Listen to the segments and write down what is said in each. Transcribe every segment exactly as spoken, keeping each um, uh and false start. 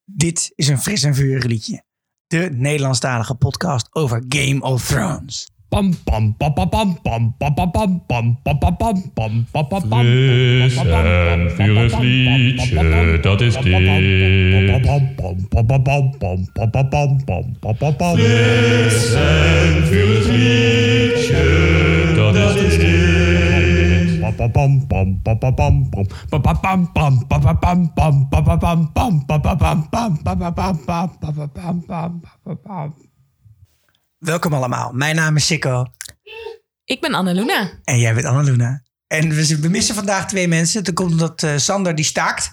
Dit is een fris en vurig liedje. De Nederlandstalige podcast over Game of Thrones. Pam pam pam pam pam pam pam pam pam pam pam pam pam pam pam pam pam. Fris en vurig liedje, dat is dit. Fris en vurig liedje, dat is dit. Welkom allemaal, mijn naam is Sikko. Ik ben Annaluna. En jij bent Annaluna. En we, we missen vandaag twee mensen. Dat komt omdat uh, Sander die staakt.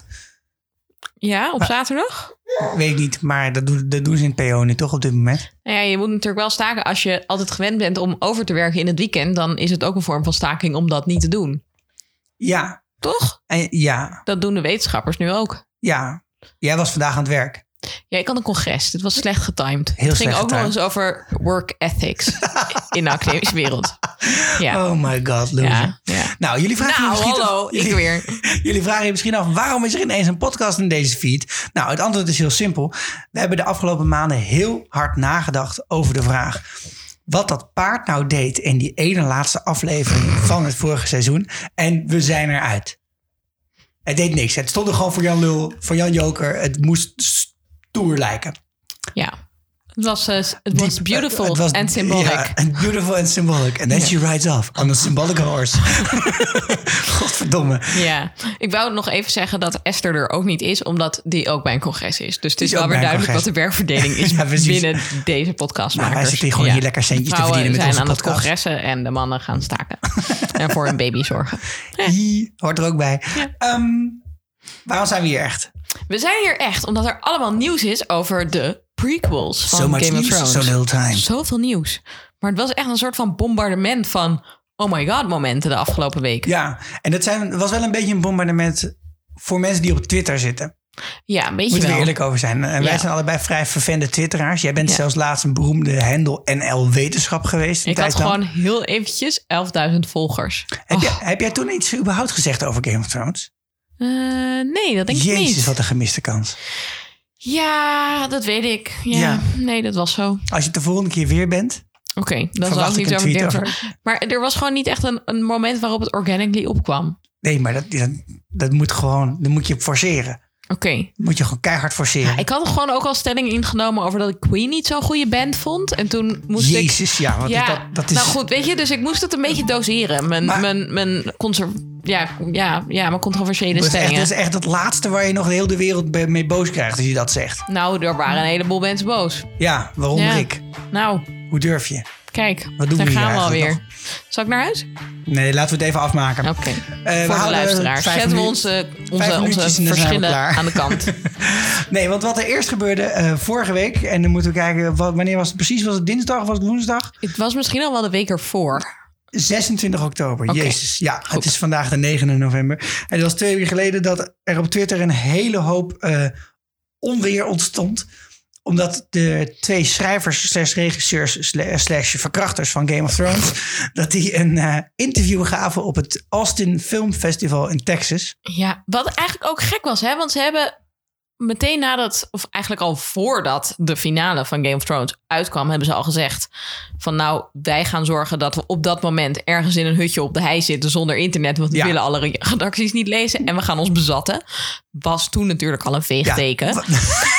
Ja, op maar, zaterdag? Weet ik niet, maar dat doen, dat doen ze in het P O nu toch op dit moment? Nou ja, je moet natuurlijk wel staken. Als je altijd gewend bent om over te werken in het weekend, dan is het ook een vorm van staking om dat niet te doen. Ja. Toch? En, ja. Dat doen de wetenschappers nu ook. Ja. Jij was vandaag aan het werk. Ja, ik had een congres. Dit was slecht getimed. Heel het ging slecht ook getimed. nog eens over work ethics in de academische wereld. Ja. Oh my god, loser. Ja, ja. Nou, jullie vragen Nou, je misschien hallo, af, ik jullie, weer. Jullie vragen je misschien af, waarom is er ineens een podcast in deze feed? Nou, het antwoord is heel simpel. We hebben de afgelopen maanden heel hard nagedacht over de vraag wat dat paard nou deed in die ene laatste aflevering van het vorige seizoen. En we zijn eruit. Het deed niks. Het stond er gewoon voor Jan Lul, voor Jan Joker. Het moest stoer lijken. Ja. Het was, uh, it was Diep, beautiful uh, was, and symbolic. Ja, beautiful and symbolic. And then Ja. she rides off on a symbolic horse. Godverdomme. Ja, ik wou nog even zeggen dat Esther er ook niet is, omdat die ook bij een congres is. Dus het is, is wel ook weer bij een duidelijk wat de werkverdeling is Ja, precies. binnen deze podcastmakers. Nou, wij zitten hier gewoon hier lekker centjes te verdienen met zijn onze aan het podcast. congressen en de mannen gaan staken. En voor een baby zorgen. Die hoort er ook bij. Ja. Um, waarom zijn we hier echt? We zijn hier echt omdat er allemaal nieuws is over de prequels van So much Game of news, Thrones. so little time. Zoveel nieuws. Maar het was echt een soort van bombardement van oh my god momenten de afgelopen week. Ja, en dat zijn, was wel een beetje een bombardement voor mensen die op Twitter zitten. Ja, een beetje Moeten we wel. eerlijk over zijn. En wij Ja. zijn allebei vrij vervende twitteraars. Jij bent Ja. zelfs laatst een beroemde Hendel N L Wetenschap geweest. een Ik had tijd lang. gewoon heel eventjes elfduizend volgers. Heb, Oh. jij, heb jij toen iets überhaupt gezegd over Game of Thrones? Uh, nee, dat denk ik Jezus, niet. wat een gemiste kans. Ja, dat weet ik. Ja, Ja. Nee, dat was zo. Oké, Als je het de volgende keer weer bent, dan zal verwacht ik ik niet een over tweet Game of over. Thrones. Maar er was gewoon niet echt een, een moment waarop het organically opkwam. nee, maar dat, dat, dat moet gewoon, dat moet je forceren. Oké. Dat moet je gewoon keihard forceren. Ja, ik had er gewoon ook al stelling ingenomen over dat ik Queen niet zo'n goede band vond. En toen moest ik... Jezus, ja. Want Ja, dat, dat is, nou goed, weet je, dus ik moest het een beetje doseren. Mijn, Maar- mijn, mijn, conser, ja, ja, ja, mijn controversiële dat, is echt, stellingen. dat is echt het laatste waar je nog de hele wereld be- mee boos krijgt als je dat zegt. Nou, er waren een heleboel mensen boos. Ja, waaronder Ja. ik. Nou, Hoe durf je? kijk, Wat doen daar we hier gaan we eigenlijk alweer. Zal ik naar huis? Nee, laten we het even afmaken. Oké, Eh, we voor de houden luisteraars. vijf Zetten we minu- onze, vijf onze, minuutjes onze en dan zijn we verschillen klaar. aan de kant. Nee, want wat er eerst gebeurde uh, vorige week... en dan moeten we kijken, wat, wanneer was het precies? Was het dinsdag of was het woensdag? Het was misschien al wel de week ervoor. zesentwintig oktober, Oké. jezus. Ja, Goed. het is vandaag de negende november. En het was twee weken geleden dat er op Twitter een hele hoop uh, onweer ontstond. Omdat de twee schrijvers slash regisseurs slash verkrachters van Game of Thrones... dat die een uh, interview gaven op het Austin Film Festival in Texas. Ja, wat eigenlijk ook gek was, hè? Want ze hebben meteen nadat, of eigenlijk al voordat de finale van Game of Thrones uitkwam, hebben ze al gezegd van nou, wij gaan zorgen dat we op dat moment ergens in een hutje op de hei zitten zonder internet, want we Ja. willen alle redacties niet lezen en we gaan ons bezatten. Was toen natuurlijk al een veegteken. Ja.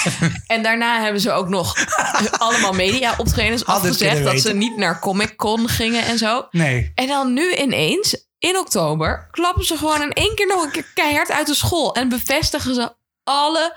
En daarna hebben ze ook nog allemaal media optredens Hadden het afgezegd kunnen dat ze weten. niet naar Comic Con gingen en zo. Nee. En dan nu ineens, in oktober, klappen ze gewoon in één keer nog een keer keihard uit de school. En bevestigen ze alle,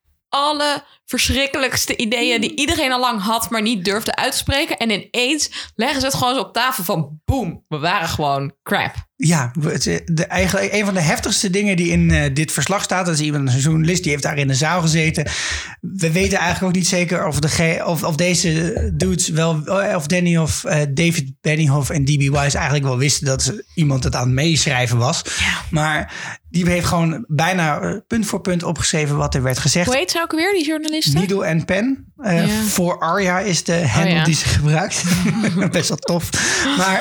alle verschrikkelijkste ideeën die iedereen al lang had, maar niet durfde uit te spreken. En ineens leggen ze het gewoon zo op tafel van boem, we waren gewoon crap. Ja, het, de, eigenlijk een van de heftigste dingen die in uh, dit verslag staat... dat is iemand, een journalist, die heeft daar in de zaal gezeten. We weten eigenlijk ook niet zeker of, de, of, of deze dudes wel... of Danny of uh, David Benioff en D B Wise eigenlijk wel wisten... dat ze iemand het aan het meeschrijven was. Ja. Maar die heeft gewoon bijna uh, punt voor punt opgeschreven wat er werd gezegd. Hoe heet ze ook weer, die journalisten? Needle en pen. Uh, Ja. Voor Arya is de handle oh, ja. die ze gebruikt. Best wel tof. Maar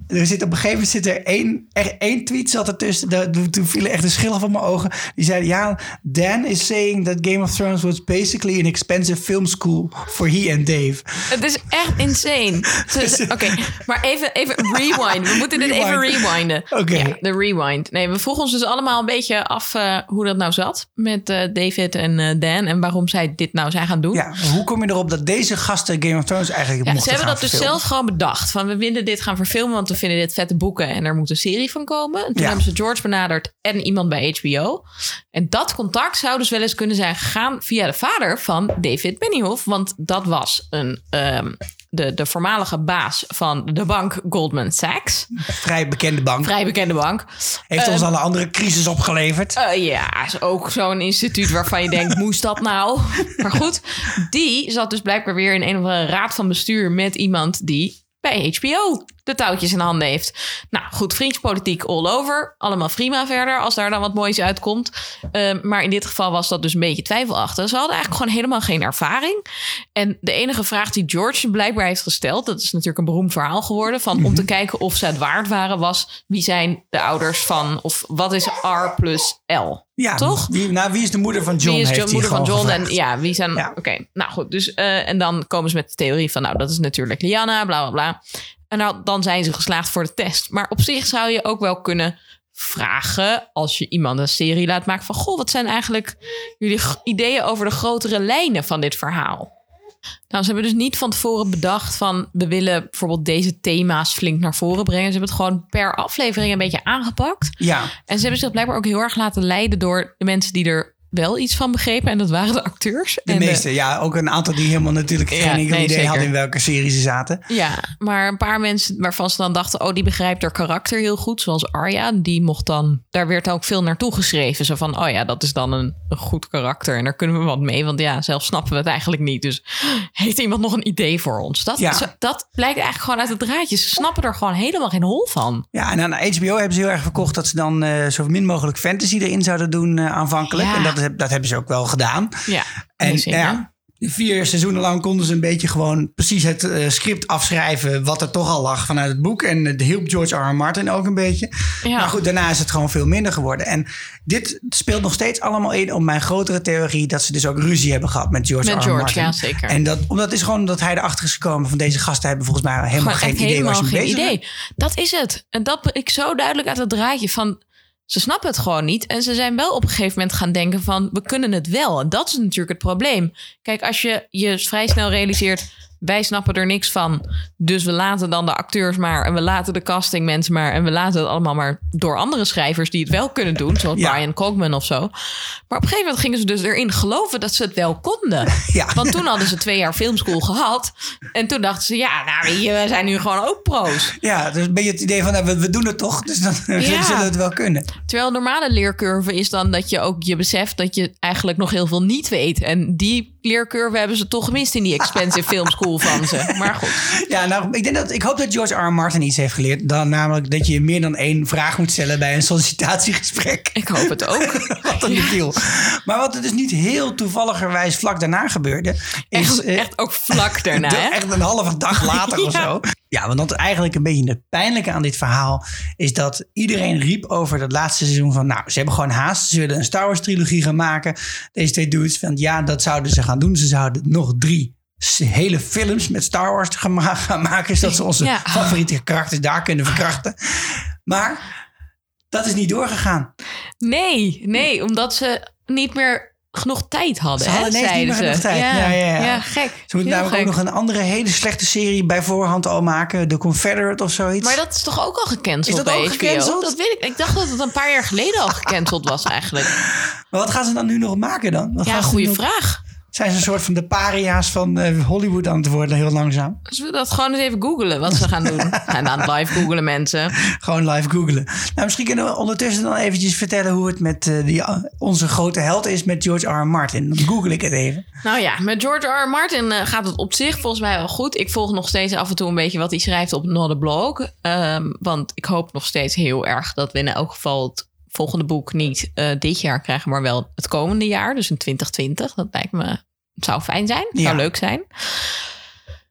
er zit op een gegeven moment zit er één, echt één tweet zat ertussen. Daar, toen vielen echt de schillen van mijn ogen. Die zei, ja, Dan is saying that Game of Thrones was basically an expensive film school for he and Dave. Het is echt insane. Dus, Oké, okay, maar even, even rewind. We moeten dit rewind. even rewinden. Oké. Okay. Ja, de rewind. Nee, we vroegen ons dus allemaal een beetje af uh, hoe dat nou zat met uh, David en uh, Dan en waarom zij dit nou zijn gaan doen. Ja, hoe kom je erop dat deze gasten Game of Thrones eigenlijk ja, mochten ze hebben dat verfilmen? Dus zelf gewoon bedacht. Van we willen dit gaan verfilmen, want we vinden dit vette boeken en er moet een serie van komen. En toen ja. hebben ze George benaderd en iemand bij H B O. En dat contact zou dus wel eens kunnen zijn gegaan via de vader van David Benioff. Want dat was een, um, de, de voormalige baas van de bank Goldman Sachs. Vrij bekende bank. Vrij bekende bank. Heeft um, ons alle andere crisis opgeleverd. Uh, ja, is ook zo'n instituut waarvan je denkt, moest dat nou? Maar goed, die zat dus blijkbaar weer in een of andere raad van bestuur met iemand die bij H B O de touwtjes in handen heeft. Nou goed, vriendjespolitiek all over. Allemaal prima verder, als daar dan wat moois uitkomt. Uh, maar in dit geval was dat dus een beetje twijfelachtig. Ze hadden eigenlijk gewoon helemaal geen ervaring. En de enige vraag die George blijkbaar heeft gesteld, dat is natuurlijk een beroemd verhaal geworden, van mm-hmm. om te kijken of ze het waard waren, was wie zijn de ouders van, of wat is R plus L? Ja, toch? Wie, nou, wie is de moeder van John? Wie is de heeft moeder van John? Gevraagd. En ja, wie zijn. Ja. Oké, okay, nou goed. Dus, uh, en dan komen ze met de theorie van, nou, dat is natuurlijk Lyanna, bla bla bla. En nou, dan zijn ze geslaagd voor de test. Maar op zich zou je ook wel kunnen vragen, als je iemand een serie laat maken, van goh, wat zijn eigenlijk jullie g- ideeën over de grotere lijnen van dit verhaal? Nou, ze hebben dus niet van tevoren bedacht van, we willen bijvoorbeeld deze thema's flink naar voren brengen. Ze hebben het gewoon per aflevering een beetje aangepakt. Ja. En ze hebben zich blijkbaar ook heel erg laten leiden door de mensen die er wel iets van begrepen. En dat waren de acteurs. De en meeste, de, ja. Ook een aantal die helemaal natuurlijk ja, geen enkel nee, idee zeker. hadden in welke serie ze zaten. Ja, maar een paar mensen waarvan ze dan dachten, oh, die begrijpt haar karakter heel goed. Zoals Arya, die mocht dan, daar werd ook veel naartoe geschreven. Zo van, oh ja, dat is dan een, een goed karakter. En daar kunnen we wat mee. Want ja, zelf snappen we het eigenlijk niet. Dus heeft iemand nog een idee voor ons? Dat, ja. zo, dat blijkt eigenlijk gewoon uit het draadje. Ze snappen er gewoon helemaal geen hol van. Ja, en aan H B O hebben ze heel erg verkocht dat ze dan uh, zo min mogelijk fantasy erin zouden doen uh, aanvankelijk. Ja. En dat, dat hebben ze ook wel gedaan. Ja, en ja, vier seizoenen lang konden ze een beetje gewoon precies het uh, script afschrijven wat er toch al lag vanuit het boek. En het hielp George R. R. Martin ook een beetje. Ja. Maar goed, daarna is het gewoon veel minder geworden. En dit speelt nog steeds allemaal in op mijn grotere theorie dat ze dus ook ruzie hebben gehad met George met R. R. George, Martin. ja, zeker. En dat, omdat is gewoon dat hij erachter is gekomen van deze gasten hebben volgens mij helemaal gewoon geen idee helemaal waar ze mee geen bezig idee. Dat is het. En dat ik zo duidelijk uit het draadje van, ze snappen het gewoon niet. En ze zijn wel op een gegeven moment gaan denken van, we kunnen het wel. En dat is natuurlijk het probleem. Kijk, als je je vrij snel realiseert, wij snappen er niks van. Dus we laten dan de acteurs maar. En we laten de castingmensen maar. En we laten het allemaal maar door andere schrijvers die het wel kunnen doen. Zoals ja. Brian Cogman of zo. Maar op een gegeven moment gingen ze dus erin geloven dat ze het wel konden. Ja. Want toen hadden ze twee jaar filmschool gehad. En toen dachten ze, ja, nou weet je, we zijn nu gewoon ook pro's. Ja, dus een beetje het idee van, nou, we, we doen het toch. Dus dan ja. zullen we het wel kunnen. Terwijl een normale leercurve is dan dat je ook je beseft dat je eigenlijk nog heel veel niet weet. En die leercurve hebben ze toch gemist in die expensive filmschool van ze. Maar goed. Ja, nou, ik denk dat ik hoop dat George R. R. Martin iets heeft geleerd. Dan namelijk dat je meer dan één vraag moet stellen bij een sollicitatiegesprek. Ik hoop het ook. Wat dan niet viel. Maar wat er dus niet heel toevalligerwijs vlak daarna gebeurde. Is, echt, uh, echt ook vlak daarna. de, hè? Echt een halve dag later ja. of zo. Ja, want dat eigenlijk een beetje het pijnlijke aan dit verhaal is dat iedereen riep over dat laatste seizoen van, nou, ze hebben gewoon haast. Ze willen een Star Wars trilogie gaan maken. Deze twee dudes, van ja, dat zouden ze gaan doen. Ze zouden nog drie hele films met Star Wars gaan, ma- gaan maken, zodat ze onze ja. favoriete karakters daar kunnen verkrachten. Maar dat is niet doorgegaan. Nee, nee, omdat ze niet meer genoeg tijd hadden. Ze hadden hè, ineens niet meer genoeg tijd. Ja, ja, ja, ja. ja gek. Ze moeten namelijk ook nog een andere hele slechte serie bij voorhand al maken. The Confederate of zoiets. Maar dat is toch ook al gecanceld is dat bij ook H B O? gecanceld? Dat weet ik. Ik dacht dat het een paar jaar geleden al gecanceld was eigenlijk. Maar wat gaan ze dan nu nog maken dan? Wat ja, goede vraag. Zijn ze een soort van de paria's van uh, Hollywood aan het worden, heel langzaam? Zullen we dat gewoon eens even googlen, wat ze gaan doen? En aan het live googlen, mensen. Gewoon live googlen. Nou, misschien kunnen we ondertussen dan eventjes vertellen hoe het met uh, die, uh, onze grote held is met George R. R. Martin. Dan google ik het even. Nou ja, met George R. R. Martin uh, gaat het op zich volgens mij wel goed. Ik volg nog steeds af en toe een beetje wat hij schrijft op Not a Blog. Um, want ik hoop nog steeds heel erg dat we in elk geval het volgende boek niet uh, dit jaar krijgen, maar wel het komende jaar. Dus in twintig twintig. Dat lijkt me, het zou fijn zijn. Het ja. zou leuk zijn.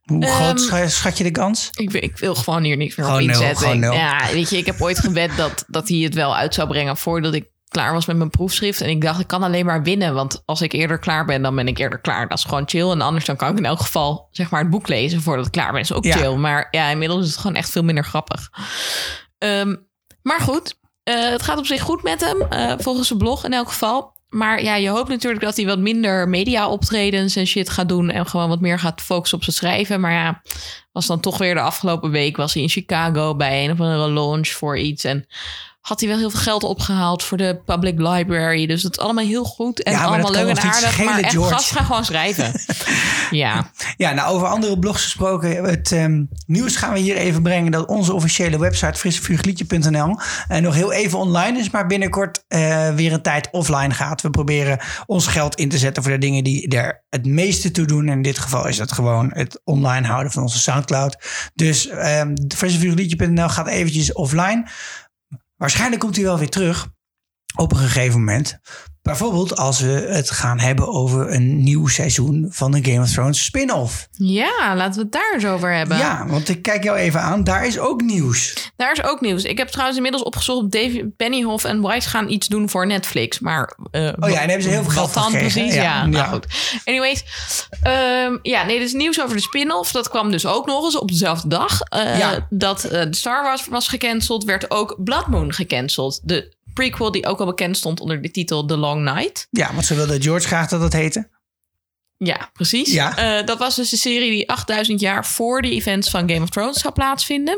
Hoe Um, groot scha- schat je de kans? Ik, wil- ik wil gewoon hier niks meer Gewoon op nul, inzetten. gewoon nul. Ja, weet je, ik heb ooit gewet dat, dat hij het wel uit zou brengen voordat ik klaar was met mijn proefschrift. En ik dacht, ik kan alleen maar winnen. Want als ik eerder klaar ben, dan ben ik eerder klaar. Dat is gewoon chill. En anders dan kan ik in elk geval zeg maar het boek lezen voordat ik klaar ben. Dat is ook Ja. chill. Maar ja, inmiddels is het gewoon echt veel minder grappig. Um, maar goed, uh, het gaat op zich goed met hem. Uh, volgens zijn blog in elk geval. Maar ja, je hoopt natuurlijk dat hij wat minder media-optredens en shit gaat doen. En gewoon wat meer gaat focussen op zijn schrijven. Maar ja, was dan toch weer de afgelopen week was hij in Chicago bij een of andere launch voor iets. En had hij wel heel veel geld opgehaald voor de public library. Dus dat is allemaal heel goed en Ja, maar allemaal dat kan leuk en ons niet aardig. Maar schelen, echt, George. gast, ga gewoon schrijven. Ja. Ja, nou over andere blogs gesproken. Het um, nieuws gaan we hier even brengen. Dat onze officiële website frissevuurgliedje punt n l uh, nog heel even online is. Maar binnenkort uh, weer een tijd offline gaat. We proberen ons geld in te zetten voor de dingen die er het meeste toe doen. En in dit geval is dat gewoon het online houden van onze Soundcloud. Dus um, frissevuurgliedje punt n l gaat eventjes offline. Waarschijnlijk komt hij wel weer terug op een gegeven moment. Bijvoorbeeld als we het gaan hebben over een nieuw seizoen van de Game of Thrones spin-off. Ja, laten we het daar eens over hebben. Ja, want ik kijk jou even aan. Daar is ook nieuws. Daar is ook nieuws. Ik heb trouwens inmiddels opgezocht. David Benioff en Weiss gaan iets doen voor Netflix. Maar uh, Oh ja, en daar hebben ze heel veel geld wat dan voor gekregen, precies? hè? Ja, Ja, nou ja. goed. Anyways. Um, ja, nee, dus nieuws over de spin-off. Dat kwam dus ook nog eens op dezelfde dag. Uh, Ja. Dat uh, de Star Wars was gecanceld, werd ook Blood Moon gecanceld. De prequel die ook al bekend stond onder de titel The Long Night. Ja, want ze wilde George graag dat het heette. Ja, precies. Ja. Uh, dat was dus de serie die achtduizend jaar voor de events van Game of Thrones zou plaatsvinden.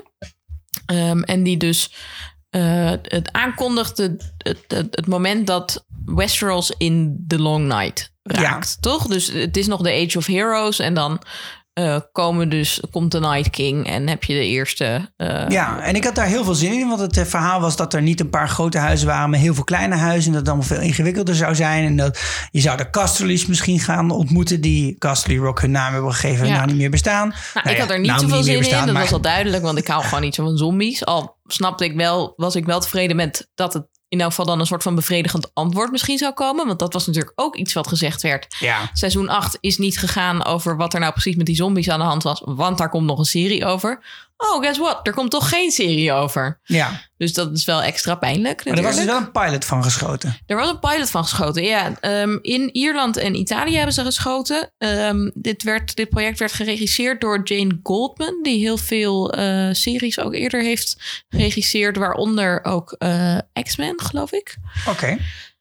Um, en die dus uh, het aankondigde het, het, het moment dat Westeros in The Long Night raakt, Ja. toch? Dus het is nog de Age of Heroes en dan uh, komen dus, komt de Night King en heb je de eerste... Uh, Ja, en ik had daar heel veel zin in. Want het eh, verhaal was dat er niet een paar grote huizen waren, maar heel veel kleine huizen. En dat het allemaal veel ingewikkelder zou zijn. En dat je zou de Casterlys misschien gaan ontmoeten. Die Casterly Rock hun naam hebben gegeven en Ja. nou niet meer bestaan. Nou, Nou ik ja, had er niet nou zoveel meer zin in. bestaan, Dat maar- was al duidelijk, want ik hou gewoon niet zo van zombies. Al snapte ik wel, was ik wel tevreden met dat het in elk geval dan een soort van bevredigend antwoord misschien zou komen. Want dat was natuurlijk ook iets wat gezegd werd. Ja. Seizoen acht is niet gegaan over wat er nou precies met die zombies aan de hand was. Want daar komt nog een serie over. Oh, guess what? Er komt toch geen serie over. Ja, Dus dat is wel extra pijnlijk maar er was dus natuurlijk. wel een pilot van geschoten. Er was een pilot van geschoten, ja. Um, in Ierland en Italië hebben ze geschoten. Um, dit, werd, dit project werd geregisseerd door Jane Goldman... die heel veel uh, series ook eerder heeft geregisseerd... waaronder ook uh, X-Men, geloof ik. Oké. Okay.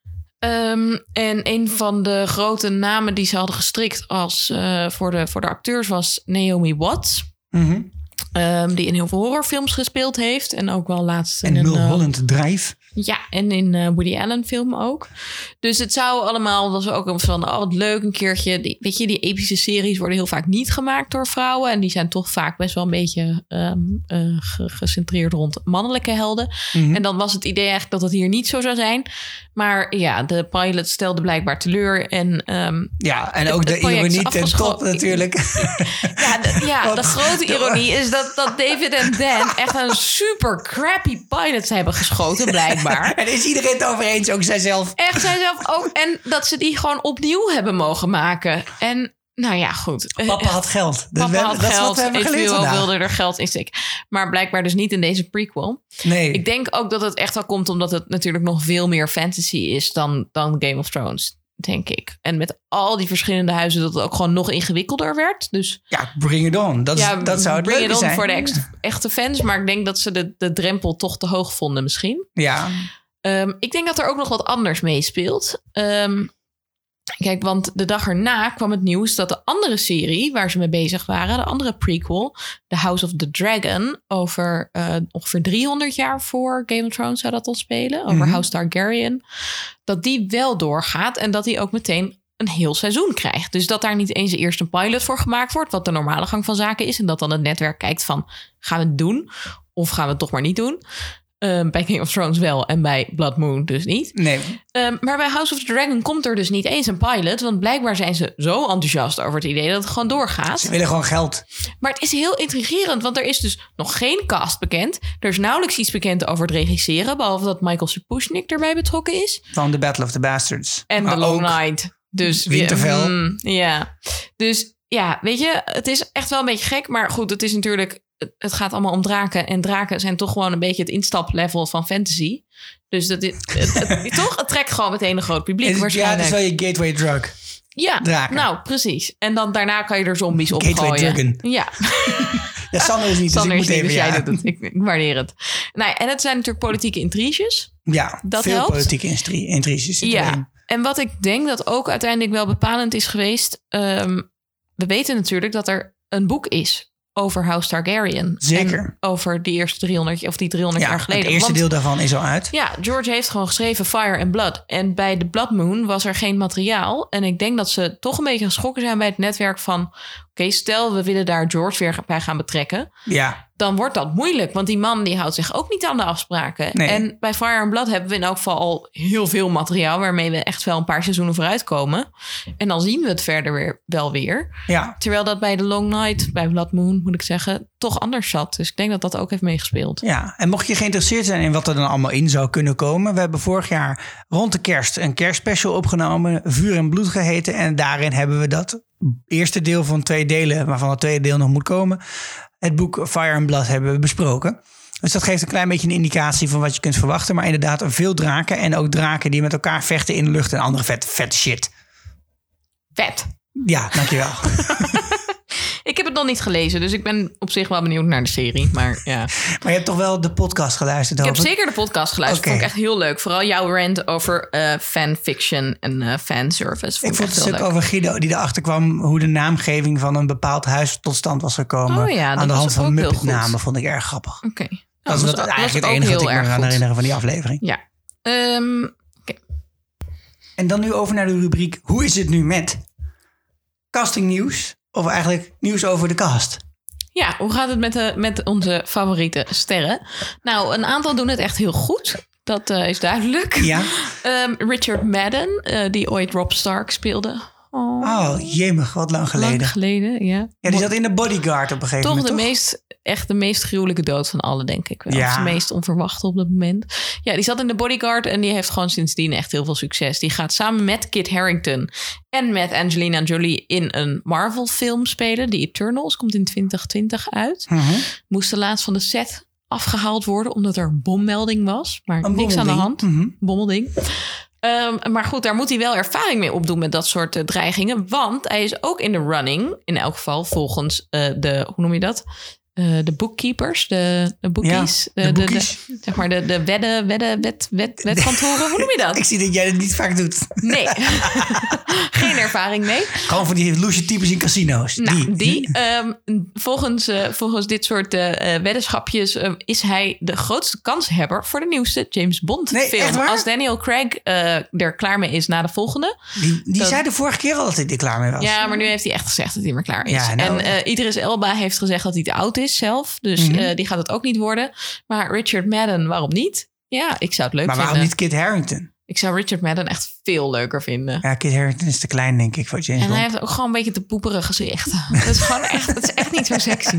Um, en een van de grote namen die ze hadden gestrikt als, uh, voor, de, voor de acteurs was Naomi Watts... Mm-hmm. Um, die in heel veel horrorfilms gespeeld heeft. En ook wel laatst in En een... uh, Mulholland Drive. Ja, en in uh, Woody Allen film ook. Dus het zou allemaal, was ook van, oh wat leuk een keertje. Die, weet je, die epische series worden heel vaak niet gemaakt door vrouwen. En die zijn toch vaak best wel een beetje um, uh, ge- gecentreerd rond mannelijke helden. Mm-hmm. En dan was het idee eigenlijk dat het hier niet zo zou zijn. Maar ja, de pilot stelde blijkbaar teleur. En, um, Ja, en ook het de project is ironie ten top afgeschoten. natuurlijk. ja, de, ja, Want- de grote ironie is dat, dat David en Dan echt een super crappy pilot hebben geschoten, blijkbaar. En is iedereen het over eens, ook zijzelf. Echt, zij zelf ook. En dat ze die gewoon opnieuw hebben mogen maken. En nou ja, goed. Papa had geld. Dus Papa we- had dat is wat geld. we hebben geleerd H B O vandaag. wilde er geld in steken. Maar blijkbaar dus niet in deze prequel. Nee. Ik denk ook dat het echt wel komt omdat het natuurlijk nog veel meer fantasy is dan, dan Game of Thrones. Denk ik. En met al die verschillende huizen dat het ook gewoon nog ingewikkelder werd. Dus Ja, bring it on. Dat, is, ja, dat zou het bring leuke it on zijn. voor de ex- echte fans. Maar ik denk dat ze de, de drempel toch te hoog vonden misschien. Ja. Um, ik denk dat er ook nog wat anders meespeelt. Um, kijk, want de dag erna kwam het nieuws dat de andere serie waar ze mee bezig waren, de andere prequel, The House of the Dragon, over uh, ongeveer driehonderd jaar voor Game of Thrones zou dat dan spelen, over Mhm. House Targaryen, dat die wel doorgaat en dat die ook meteen een heel seizoen krijgt. Dus dat daar niet eens eerst een pilot voor gemaakt wordt, wat de normale gang van zaken is, en dat dan het netwerk kijkt van, gaan we het doen of gaan we het toch maar niet doen? Um, bij Game of Thrones wel en bij Blood Moon dus niet. Nee. Um, maar bij House of the Dragon komt er dus niet eens een pilot. Want blijkbaar zijn ze zo enthousiast over het idee dat het gewoon doorgaat. Ze willen gewoon geld. Maar het is heel intrigerend, want er is dus nog geen cast bekend. Er is nauwelijks iets bekend over het regisseren, behalve dat Michael Sapochnik erbij betrokken is. Van The Battle of the Bastards. En Maar The Long ook Night. Dus Winterfell. Mm, ja. Dus ja, weet je, het is echt wel een beetje gek. Maar goed, het is natuurlijk... Het gaat allemaal om draken. En draken zijn toch gewoon een beetje het instaplevel van fantasy. Dus dat is, het, het, het, toch, het trekt gewoon meteen een groot publiek Het, ja, waarschijnlijk. dat is wel je gateway drug. Ja, Draken. nou precies. En dan daarna kan je er zombies op Gateway gooien. Dragon. Ja. Ja, Sander is niet, Sander dus is ik moet niet, even... dus jij ja. doet het. Ik, ik waardeer het. Nou, en het zijn natuurlijk politieke intriges. Ja, Dat veel helpt. politieke instri- intriges zitten Ja, erin. en wat ik denk dat ook uiteindelijk wel bepalend is geweest... Um, we weten natuurlijk dat er een boek is over House Targaryen. Zeker. En over die eerste driehonderd of die driehonderd Ja, jaar geleden. het eerste Want, deel daarvan is al uit. Ja, George heeft gewoon geschreven Fire and Blood. En bij de Blood Moon was er geen materiaal. En ik denk dat ze toch een beetje geschrokken zijn bij het netwerk van... Oké, okay, stel we willen daar George weer bij gaan betrekken. Ja, Dan wordt dat moeilijk. Want die man die houdt zich ook niet aan de afspraken. Nee. En bij Fire and Blood hebben we in elk geval al heel veel materiaal... waarmee we echt wel een paar seizoenen vooruit komen. En dan zien we het verder weer, wel weer. ja. Terwijl dat bij The Long Night, bij Blood Moon moet ik zeggen... toch anders zat. Dus ik denk dat dat ook heeft meegespeeld. Ja, en mocht je geïnteresseerd zijn in wat er dan allemaal in zou kunnen komen... we hebben vorig jaar rond de kerst een kerstspecial opgenomen... Vuur en Bloed geheten. En daarin hebben we dat eerste deel van twee delen... waarvan het tweede deel nog moet komen... het boek Fire and Blood hebben we besproken. Dus dat geeft een klein beetje een indicatie van wat je kunt verwachten. Maar inderdaad veel draken en ook draken die met elkaar vechten in de lucht... en andere vet, vette shit. Vet. Ja, dankjewel. Ik heb het nog niet gelezen, dus ik ben op zich wel benieuwd naar de serie. Maar ja. Maar je hebt toch wel de podcast geluisterd? Ik heb hoop ik? zeker de podcast geluisterd. Oké. Vond ik echt heel leuk. Vooral jouw rant over uh, fanfiction en uh, fanservice. Vond Ik vond echt het heel stuk leuk. over Guido die erachter kwam... hoe de naamgeving van een bepaald huis tot stand was gekomen. Oh ja, dat aan de was hand van ook heel Muppet-namen goed. vond ik erg grappig. Oké. Okay. Dat is wat, eigenlijk het enige wat ik me erg aan goed. herinneren van die aflevering. Ja. Um, En dan nu over naar de rubriek... Hoe is het nu met casting nieuws? Of eigenlijk nieuws over de cast? Ja, hoe gaat het met, de, met onze favoriete sterren? Nou, een aantal doen het echt heel goed. Dat uh, is duidelijk. Ja. Um, Richard Madden, uh, die ooit Robb Stark speelde. Oh, Oh, jemig, wat lang geleden. lang geleden, ja. Ja, die zat in de Bodyguard op een gegeven Toch moment, de toch? meest, echt de meest gruwelijke dood van alle, denk ik wel. Ja. Of de meest onverwachte op dat moment. Ja, die zat in de Bodyguard en die heeft gewoon sindsdien echt heel veel succes. Die gaat samen met Kit Harington en met Angelina Jolie in een Marvel film spelen. The Eternals, komt in twintig twintig uit. Mhm. Moest laatst van de set afgehaald worden omdat er een bommelding was. Maar Een niks aan de bommelding. hand. Mhm. Bommelding. Um, maar goed, daar moet hij wel ervaring mee opdoen met dat soort uh, dreigingen. Want hij is ook in de running. In elk geval volgens uh, de, hoe noem je dat? Uh, de bookkeepers, de, de bookies. Ja, de de, bookies. de, zeg maar de, de wedden, wedden, wet, wet, wetkantoren. Hoe noem je dat? Ik zie dat jij dat niet vaak doet. Nee, geen ervaring mee. Gewoon van die loesje types in casino's. Nou, die. die um, volgens, uh, volgens dit soort uh, weddenschapjes uh, is hij de grootste kanshebber voor de nieuwste James Bond Nee, film. echt waar? Als Daniel Craig uh, er klaar mee is na de volgende. Die, die dat- zei de vorige keer al dat hij er klaar mee was. Ja, maar nu heeft hij echt gezegd dat hij maar klaar is. Ja, nou, en uh, Idris Elba heeft gezegd dat hij te oud is zelf. Dus Mhm. uh, die gaat het ook niet worden. Maar Richard Madden, waarom niet? Ja, ik zou het leuk maar waarom vinden. niet Kit Harington? Ik zou Richard Madden echt veel leuker vinden. Ja, Kit Harington is te klein, denk ik, voor James En hij Bond. heeft ook gewoon een beetje te poeperig gezicht. Dat is gewoon echt, dat is echt niet zo sexy.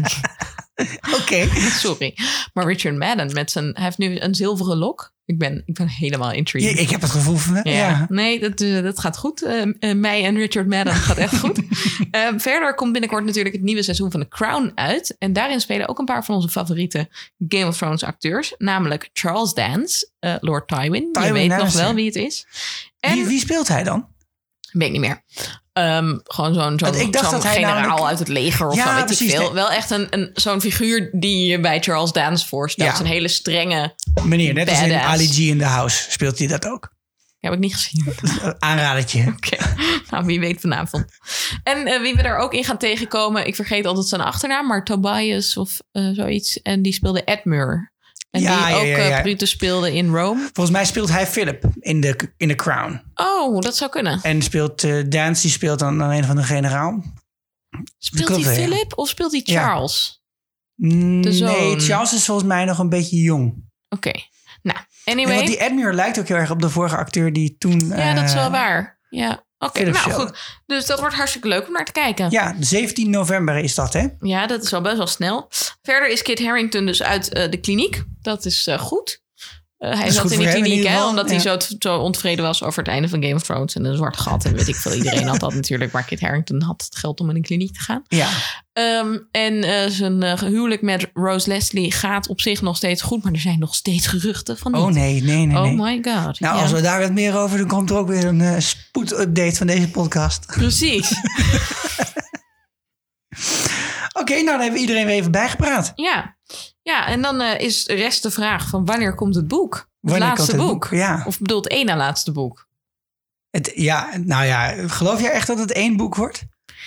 Oké. Sorry. Maar Richard Madden met zijn, hij heeft nu een zilveren lok. Ik ben, ik ben helemaal Ja, intrigued. ik heb het gevoel van... Ja. Ja. Nee, dat, uh, dat gaat goed. Uh, uh, mij en Richard Madden gaat echt goed. uh, verder komt binnenkort natuurlijk het nieuwe seizoen van The Crown uit. En daarin spelen ook een paar van onze favoriete Game of Thrones acteurs. Namelijk Charles Dance, uh, Lord Tywin. Tywin Je weet nog Lannister. wel wie het is. En, Wie, wie speelt hij dan? weet ik niet meer. Um, gewoon zo'n zo'n Want ik dacht zo'n dat hij generaal namelijk- uit het leger of Ja, zo, weet precies, ik veel. nee. Wel echt een, een, zo'n figuur die je bij Charles Dance voorstelt. Ja. Een hele strenge, Meneer, net als in Badass. Ali G in the House speelt hij dat ook. heb ik niet gezien. Aanradertje. Oké, nou wie weet vanavond. En uh, wie we er ook in gaan tegenkomen, ik vergeet altijd zijn achternaam, maar Tobias of uh, zoiets. En die speelde Edmure. En Ja, die ja, ook ja, ja. uh, Brutus speelde in Rome. Volgens mij speelt hij Philip in de, in The Crown. Oh, dat zou kunnen. En speelt uh, Dance, die speelt dan een van de generaal. Speelt klopt hij wel, ja. Philip of speelt hij Ja. Charles? Mm, De zoon. Nee, Charles is volgens mij nog een beetje jong. Oké, nou, En anyway. want die Edmure lijkt ook heel erg op de vorige acteur die toen... Ja, dat is wel eh, waar. Ja, oké. Philip Nou speelde. goed. Dus dat wordt hartstikke leuk om naar te kijken. Ja, zeventien november is dat, hè? Ja, dat is al best wel snel. Verder is Kit Harington dus uit uh, de kliniek. Dat is uh, goed. Uh, hij is zat goed in die voor hem in kliniek, ieder hè, geval, omdat ja. hij zo, zo ontevreden was over het einde van Game of Thrones en een zwart gat. En weet ik veel, iedereen had dat natuurlijk. Maar Kit Harington had het geld om in een kliniek te gaan. Ja. Um, en uh, zijn uh, huwelijk met Rose Leslie gaat op zich nog steeds goed. Maar er zijn nog steeds geruchten van niet. Oh nee, nee, nee. Oh nee. my god. Nou, ja. als we daar wat meer over doen, komt er ook weer een uh, spoedupdate van deze podcast. Precies. Oké, okay, nou dan hebben we iedereen weer even bijgepraat. Ja, ja en dan uh, is de rest de vraag van wanneer komt het boek? Het Wanneer laatste komt het boek. boek? Ja. Of bedoelt één na laatste boek? Het, ja, nou ja, geloof jij echt dat het één boek wordt?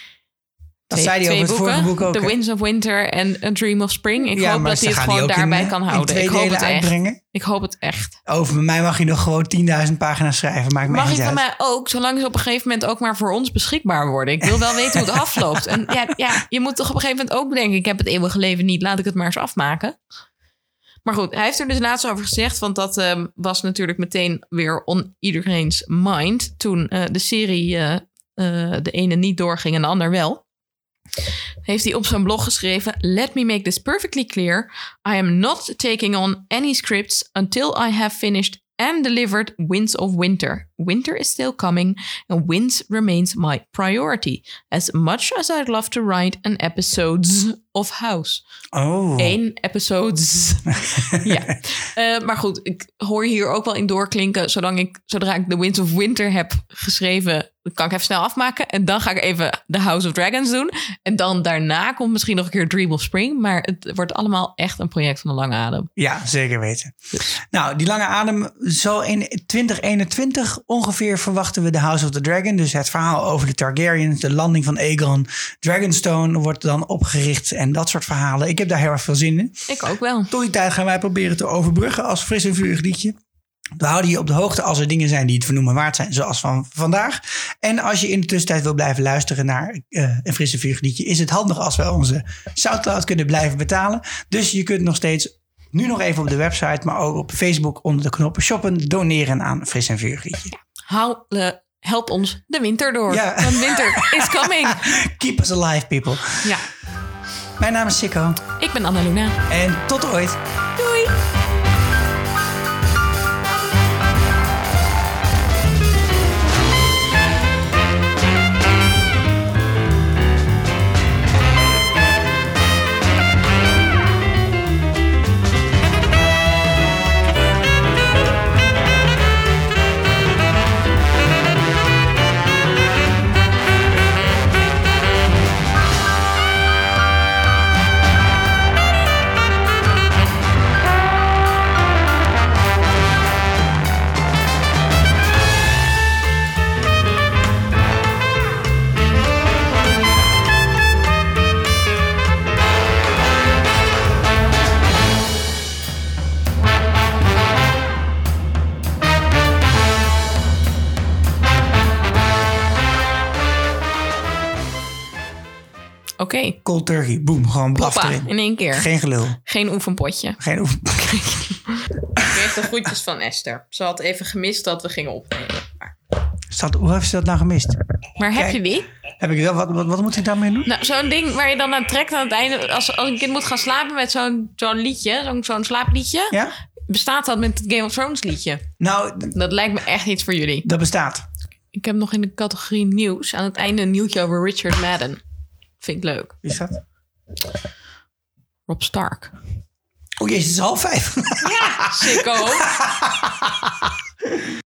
Dat Twee, zei hij over het boeken, vorige boek ook. The hè? Winds of Winter en A Dream of Spring. Ik ja, hoop maar dat ze hij het gaan die gewoon ook daarbij in, kan in houden. twee Ik hoop delen het echt. uitbrengen. Ik hoop het echt. Over mij mag je nog gewoon tienduizend pagina's schrijven. Maakt me Mag echt hij niet van uit. mij ook, zolang ze op een gegeven moment ook maar voor ons beschikbaar worden. Ik wil wel weten hoe het afloopt. En ja, ja, je moet toch op een gegeven moment ook bedenken, ik heb het eeuwige leven niet, laat ik het maar eens afmaken. Maar goed, hij heeft er dus laatst over gezegd, want dat uh, was natuurlijk meteen weer on iedereen's mind toen uh, de serie uh, uh, de ene niet doorging en de ander wel. Heeft hij op zijn blog geschreven: Let me make this perfectly clear. I am not taking on any scripts until I have finished and delivered Winds of Winter. Winter is still coming and Winds remains my priority. As much as I'd love to write an episodes of House. Oh. Eén episodes. ja. Uh, maar goed, ik hoor hier ook wel in doorklinken. Zolang ik, zodra ik The Winds of Winter heb geschreven, kan ik even snel afmaken. En dan ga ik even The House of Dragons doen. En dan daarna komt misschien nog een keer Dream of Spring. Maar het wordt allemaal echt een project van de lange adem. Ja, zeker weten. Dus. Nou, die lange adem, zo in twintig eenentwintig ongeveer verwachten we The House of the Dragon. Dus het verhaal over de Targaryens, de landing van Aegon. Dragonstone wordt dan opgericht en dat soort verhalen. Ik heb daar heel erg veel zin in. Ik ook wel. Tot die tijd gaan wij proberen te overbruggen als fris en vurig liedje. We houden je op de hoogte als er dingen zijn die het vernoemen waard zijn, zoals van vandaag. En als je in de tussentijd wil blijven luisteren naar uh, een fris en vurig liedje, is het handig als we onze Soundcloud kunnen blijven betalen. Dus je kunt nog steeds, nu nog even op de website, maar ook op Facebook onder de knoppen shoppen, doneren aan fris en vurig liedje. Hou, uh, help ons de winter door. Ja. Want winter is coming. Keep us alive, people. Ja. Mijn naam is Sikko. Ik ben Annaluna. En tot ooit. Doei. Oké. Okay. Cold turkey, boom, gewoon blaf Hoppa, erin. in één keer. Geen gelul. Geen oefenpotje. Geen oefen. Ik kreeg de groetjes van Esther. Ze had even gemist dat we gingen opnemen. Maar, Zat, hoe heeft ze dat nou gemist? maar heb Kijk. je die? Heb ik wel, wat, wat, wat moet ik daarmee doen? Nou, zo'n ding waar je dan aan trekt aan het einde. Als, als een kind moet gaan slapen met zo'n zo'n liedje, zo'n zo'n slaapliedje. Ja? Bestaat dat met het Game of Thrones liedje? Nou, d- Dat lijkt me echt iets voor jullie. dat bestaat. Ik heb nog in de categorie nieuws aan het einde een nieuwtje over Richard Madden. Vind ik leuk. Wie is dat? Rob Stark. O jezus, het is half vijf. Ja, sicko.